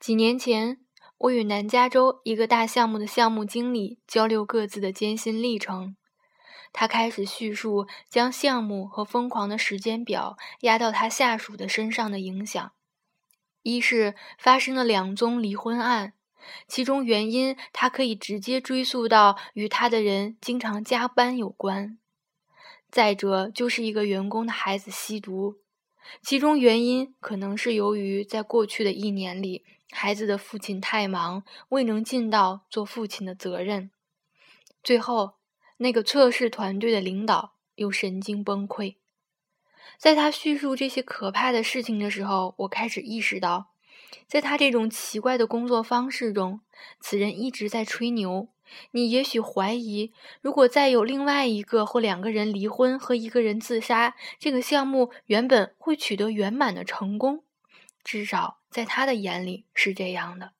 几年前，我与南加州一个大项目的项目经理交流各自的艰辛历程。他开始叙述将项目和疯狂的时间表压到他下属的身上的影响。一是发生了2宗离婚案，其中原因他可以直接追溯到与他的人经常加班有关。再者就是一个员工的孩子吸毒，其中原因可能是由于在过去的1年里，孩子的父亲太忙，未能尽到做父亲的责任。最后，那个测试团队的领导又神经崩溃。在他叙述这些可怕的事情的时候，我开始意识到，在他这种奇怪的工作方式中，此人一直在吹牛。你也许怀疑，如果再有另外1个或2个人离婚和1个人自杀，这个项目原本会取得圆满的成功。至少在他的眼里是这样的。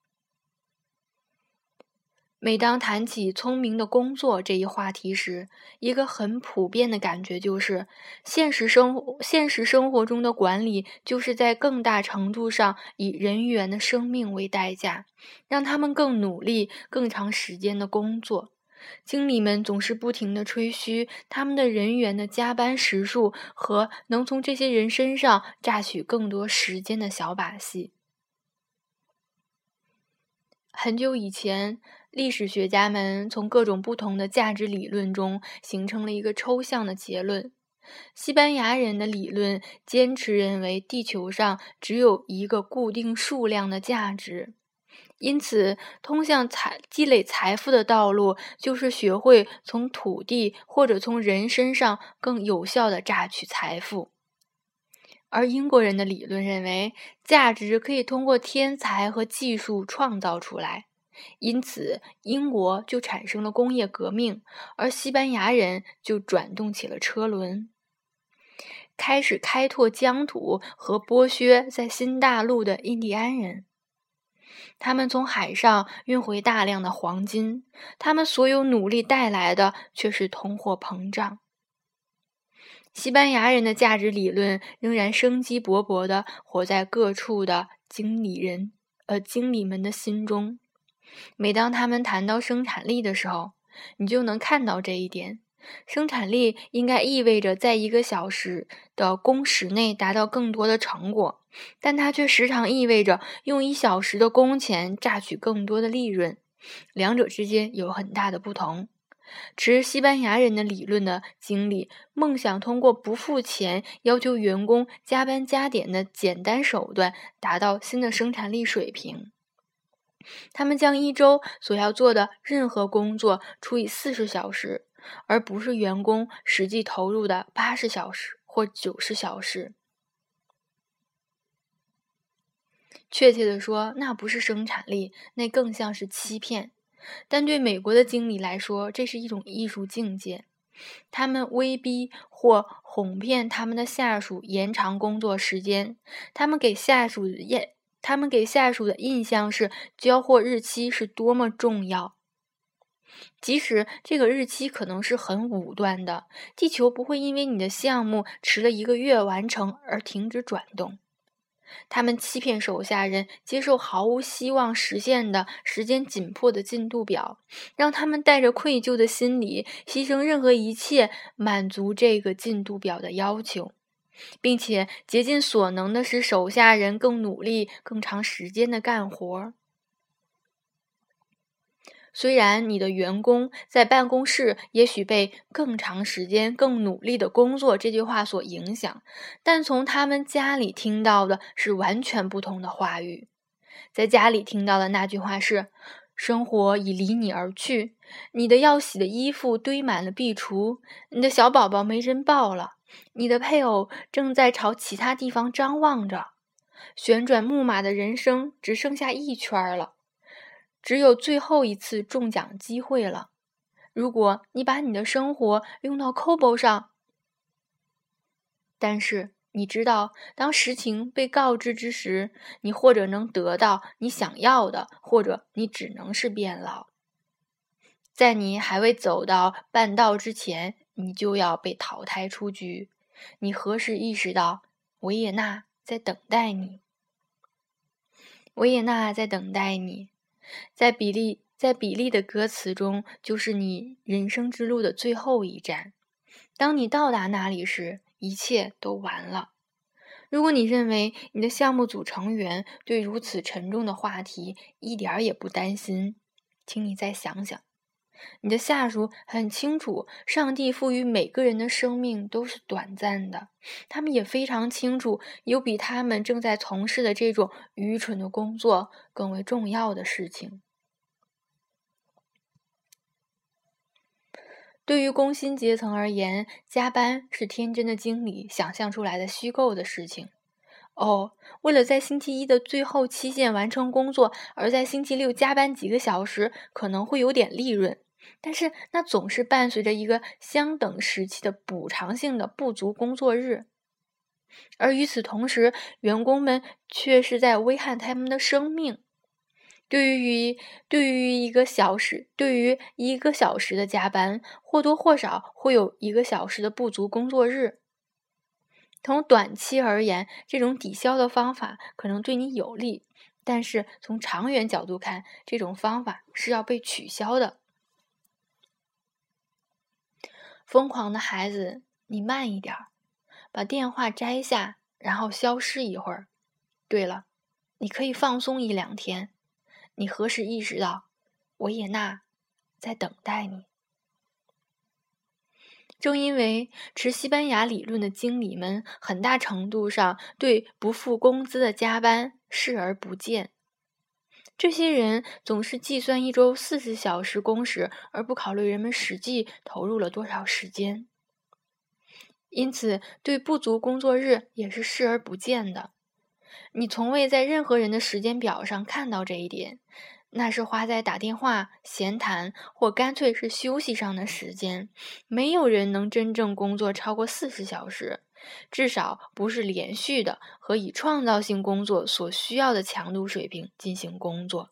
每当谈起聪明的工作这一话题时，一个很普遍的感觉就是，现实生活中的管理就是在更大程度上以人员的生命为代价，让他们更努力、更长时间的工作。经理们总是不停地吹嘘他们的人员的加班时数和能从这些人身上榨取更多时间的小把戏。很久以前，历史学家们从各种不同的价值理论中形成了一个抽象的结论。西班牙人的理论坚持认为地球上只有一个固定数量的价值，因此通向积累财富的道路就是学会从土地或者从人身上更有效地榨取财富。而英国人的理论认为，价值可以通过天才和技术创造出来，因此英国就产生了工业革命，而西班牙人就转动起了车轮，开始开拓疆土和剥削在新大陆的印第安人。他们从海上运回大量的黄金，他们所有努力带来的却是通货膨胀。西班牙人的价值理论仍然生机勃勃地活在各处的经理们的心中。每当他们谈到生产力的时候，你就能看到这一点。生产力应该意味着在1个小时的工时内达到更多的成果，但它却时常意味着用1小时的工钱榨取更多的利润。两者之间有很大的不同。持西班牙人的理论的经理梦想通过不付钱要求员工加班加点的简单手段达到新的生产力水平。他们将1周所要做的任何工作除以40小时，而不是员工实际投入的80小时或90小时。确切地说，那不是生产力，那更像是欺骗。但对美国的经理来说，这是一种艺术境界。他们威逼或哄骗他们的下属延长工作时间，他们给下属的印象是交货日期是多么重要。即使这个日期可能是很武断的，地球不会因为你的项目迟了1个月完成而停止转动。他们欺骗手下人接受毫无希望实现的时间紧迫的进度表，让他们带着愧疚的心理牺牲任何一切满足这个进度表的要求，并且竭尽所能的使手下人更努力、更长时间的干活。虽然你的员工在办公室也许被更长时间、更努力的工作这句话所影响，但从他们家里听到的是完全不同的话语。在家里听到的那句话是：生活已离你而去，你的要洗的衣服堆满了壁橱，你的小宝宝没人抱了，你的配偶正在朝其他地方张望着，旋转木马的人生只剩下1圈了。只有最后一次中奖机会了。如果你把你的生活用到 Kobo 上，但是你知道，当实情被告知之时，你或者能得到你想要的，或者你只能是变老。在你还未走到半道之前，你就要被淘汰出局。你何时意识到维也纳在等待你？ 维也纳在等待你。在比利的歌词中，就是你人生之路的最后一站。当你到达那里时，一切都完了。如果你认为你的项目组成员对如此沉重的话题一点也不担心，请你再想想。你的下属很清楚，上帝赋予每个人的生命都是短暂的，他们也非常清楚，有比他们正在从事的这种愚蠢的工作更为重要的事情。对于工薪阶层而言，加班是天真的经理想象出来的虚构的事情。为了在星期一的最后期限完成工作，而在星期六加班几个小时，可能会有点利润。但是那总是伴随着一个相等时期的补偿性的不足工作日，而与此同时，员工们却是在危害他们的生命。对于一个小时的加班，或多或少会有1个小时的不足工作日。从短期而言，这种抵消的方法可能对你有利，但是从长远角度看，这种方法是要被取消的。疯狂的孩子，你慢一点，把电话摘下，然后消失一会儿。对了，你可以放松1-2天。你何时意识到维也纳在等待你？正因为持西班牙理论的经理们很大程度上对不付工资的加班视而不见，这些人总是计算一周40小时工时，而不考虑人们实际投入了多少时间。因此，对不足工作日也是视而不见的。你从未在任何人的时间表上看到这一点，那是花在打电话、闲谈或干脆是休息上的时间。没有人能真正工作超过40小时，至少不是连续的和以创造性工作所需要的强度水平进行工作。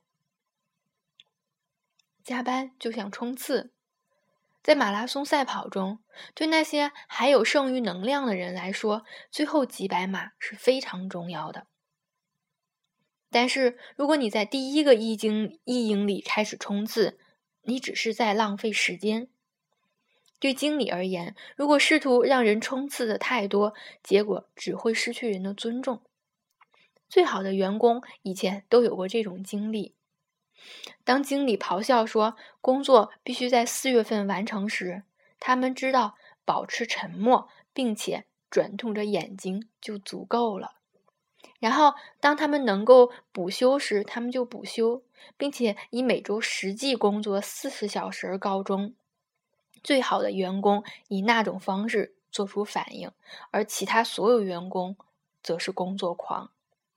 加班就像冲刺，在马拉松赛跑中，对那些还有剩余能量的人来说，最后几百码是非常重要的。但是如果你在第一个1英里开始冲刺，你只是在浪费时间。对经理而言，如果试图让人冲刺的太多，结果只会失去人的尊重。最好的员工以前都有过这种经历。当经理咆哮说工作必须在4月份完成时，他们知道保持沉默并且转动着眼睛就足够了。然后当他们能够补休时，他们就补休，并且以每周实际工作40小时而告终。最好的员工以那种方式做出反应，而其他所有员工则是工作狂。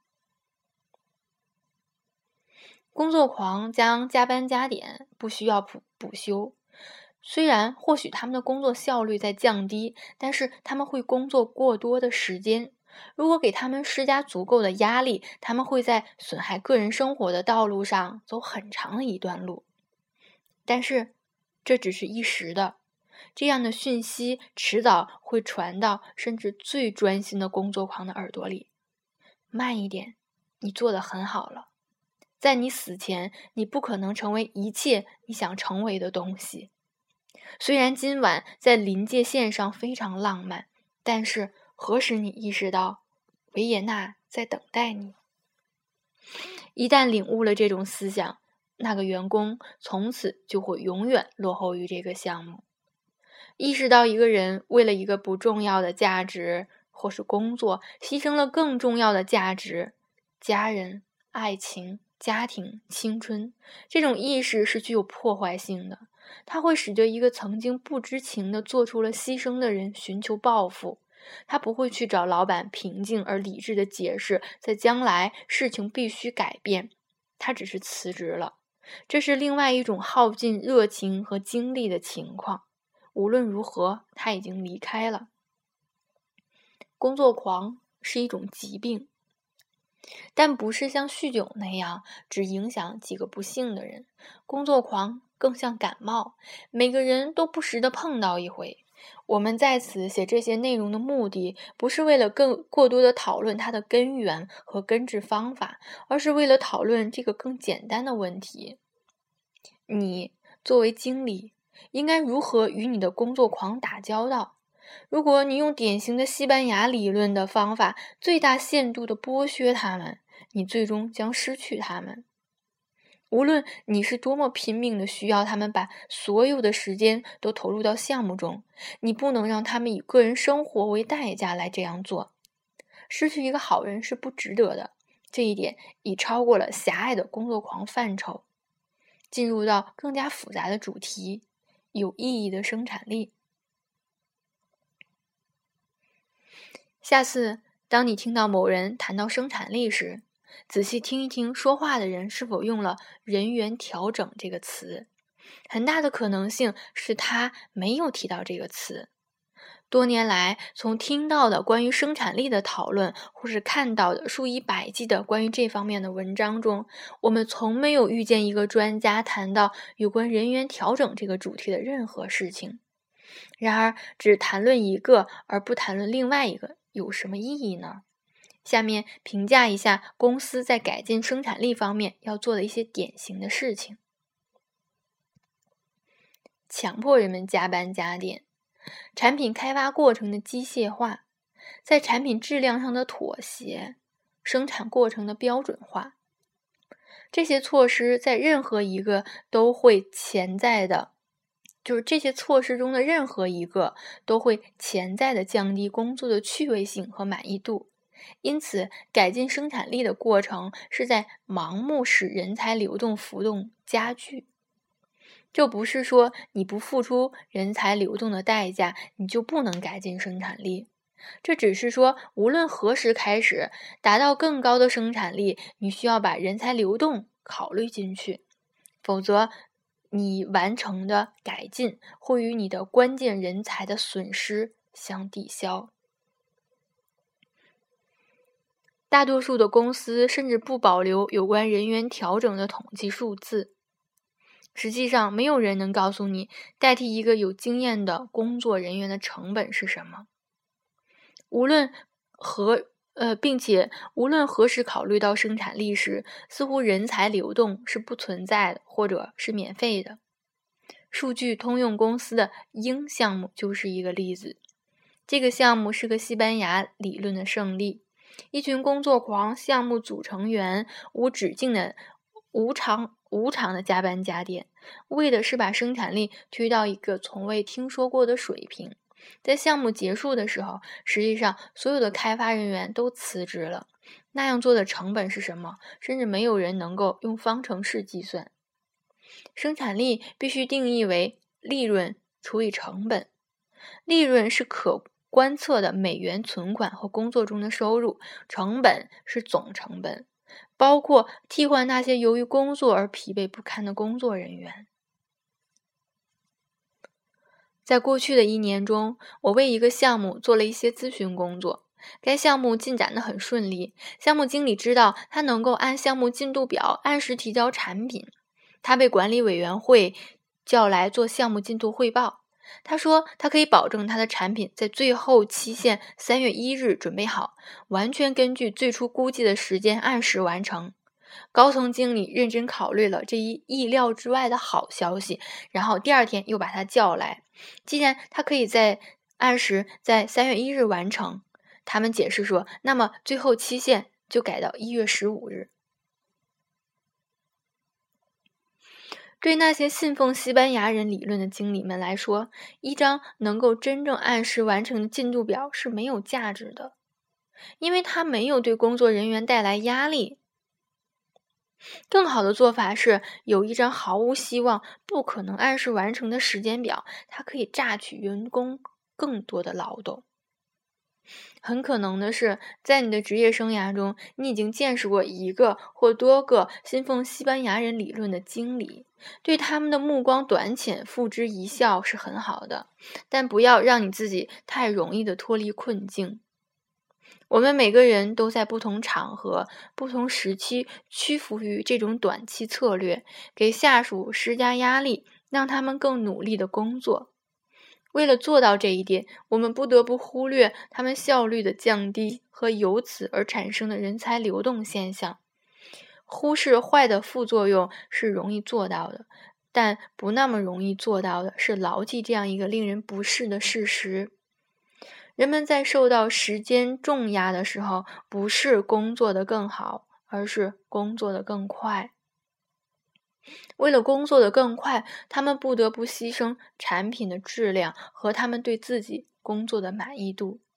工作狂将加班加点，不需要补休。虽然或许他们的工作效率在降低，但是他们会工作过多的时间。如果给他们施加足够的压力，他们会在损害个人生活的道路上走很长的一段路。但是这只是一时的，这样的讯息迟早会传到甚至最专心的工作狂的耳朵里。慢一点，你做得很好了。在你死前，你不可能成为一切你想成为的东西。虽然今晚在临界线上非常浪漫，但是何时你意识到维也纳在等待你？一旦领悟了这种思想，那个员工从此就会永远落后于这个项目。意识到一个人为了一个不重要的价值或是工作，牺牲了更重要的价值，家人、爱情、家庭、青春，这种意识是具有破坏性的。它会使得一个曾经不知情地做出了牺牲的人寻求报复。他不会去找老板平静而理智的解释，在将来事情必须改变，他只是辞职了。这是另外一种耗尽热情和精力的情况。无论如何，他已经离开了。工作狂是一种疾病，但不是像酗酒那样只影响几个不幸的人。工作狂更像感冒，每个人都不时地碰到一回。 我们在此写这些内容的目的，不是为了过多的讨论它的根源和根治方法，而是为了讨论这个更简单的问题：你作为经理，应该如何与你的工作狂打交道？如果你用典型的西班牙理论的方法，最大限度地剥削他们，你最终将失去他们。无论你是多么拼命地需要他们把所有的时间都投入到项目中，你不能让他们以个人生活为代价来这样做。失去一个好人是不值得的，这一点已超过了狭隘的工作狂范畴，进入到更加复杂的主题：有意义的生产力。下次当你听到某人谈到生产力时，仔细听一听说话的人是否用了人员调整这个词，很大的可能性是他没有提到这个词。多年来，从听到的关于生产力的讨论，或是看到的数以百计的关于这方面的文章中，我们从没有遇见一个专家谈到有关人员调整这个主题的任何事情。然而，只谈论一个而不谈论另外一个有什么意义呢？下面评价一下公司在改进生产力方面要做的一些典型的事情。强迫人们加班加点，产品开发过程的机械化，在产品质量上的妥协，生产过程的标准化。这些措施在任何一个都会潜在的，这些措施中的任何一个都会潜在的降低工作的趣味性和满意度。因此，改进生产力的过程是在盲目使人才流动浮动加剧。这不是说你不付出人才流动的代价，你就不能改进生产力。这只是说，无论何时开始，达到更高的生产力，你需要把人才流动考虑进去，否则你完成的改进会与你的关键人才的损失相抵消。大多数的公司甚至不保留有关人员调整的统计数字。实际上，没有人能告诉你代替一个有经验的工作人员的成本是什么。并且无论何时考虑到生产力时，似乎人才流动是不存在的，或者是免费的。数据通用公司的鹰项目就是一个例子。这个项目是个西班牙理论的胜利。一群工作狂项目组成员无止境的无偿的加班加点，为的是把生产力推到一个从未听说过的水平。在项目结束的时候，实际上所有的开发人员都辞职了。那样做的成本是什么？甚至没有人能够用方程式计算。生产力必须定义为利润除以成本。利润是可观测的美元存款和工作中的收入，成本是总成本，包括替换那些由于工作而疲惫不堪的工作人员。在过去的1年中，我为一个项目做了一些咨询工作。该项目进展得很顺利，项目经理知道他能够按项目进度表按时提交产品。他被管理委员会叫来做项目进度汇报。他说他可以保证他的产品在最后期限3月1日准备好，完全根据最初估计的时间按时完成。高层经理认真考虑了这一意料之外的好消息，然后第2天又把他叫来。既然他可以按时在3月1日完成，他们解释说，那么最后期限就改到1月15日。对那些信奉西班牙人理论的经理们来说，一张能够真正按时完成的进度表是没有价值的，因为它没有对工作人员带来压力。更好的做法是有一张毫无希望、不可能按时完成的时间表，它可以榨取员工更多的劳动。很可能的是，在你的职业生涯中，你已经见识过一个或多个信奉西班牙人理论的经理，对他们的目光短浅，付之一笑是很好的，但不要让你自己太容易的脱离困境。我们每个人都在不同场合、不同时期屈服于这种短期策略，给下属施加压力，让他们更努力的工作。 为了做到这一点，我们不得不忽略他们效率的降低和由此而产生的人才流动现象。忽视坏的副作用是容易做到的，但不那么容易做到的是牢记这样一个令人不适的事实：人们在受到时间重压的时候，不是工作得更好，而是工作得更快。为了工作得更快，他们不得不牺牲产品的质量和他们对自己工作的满意度。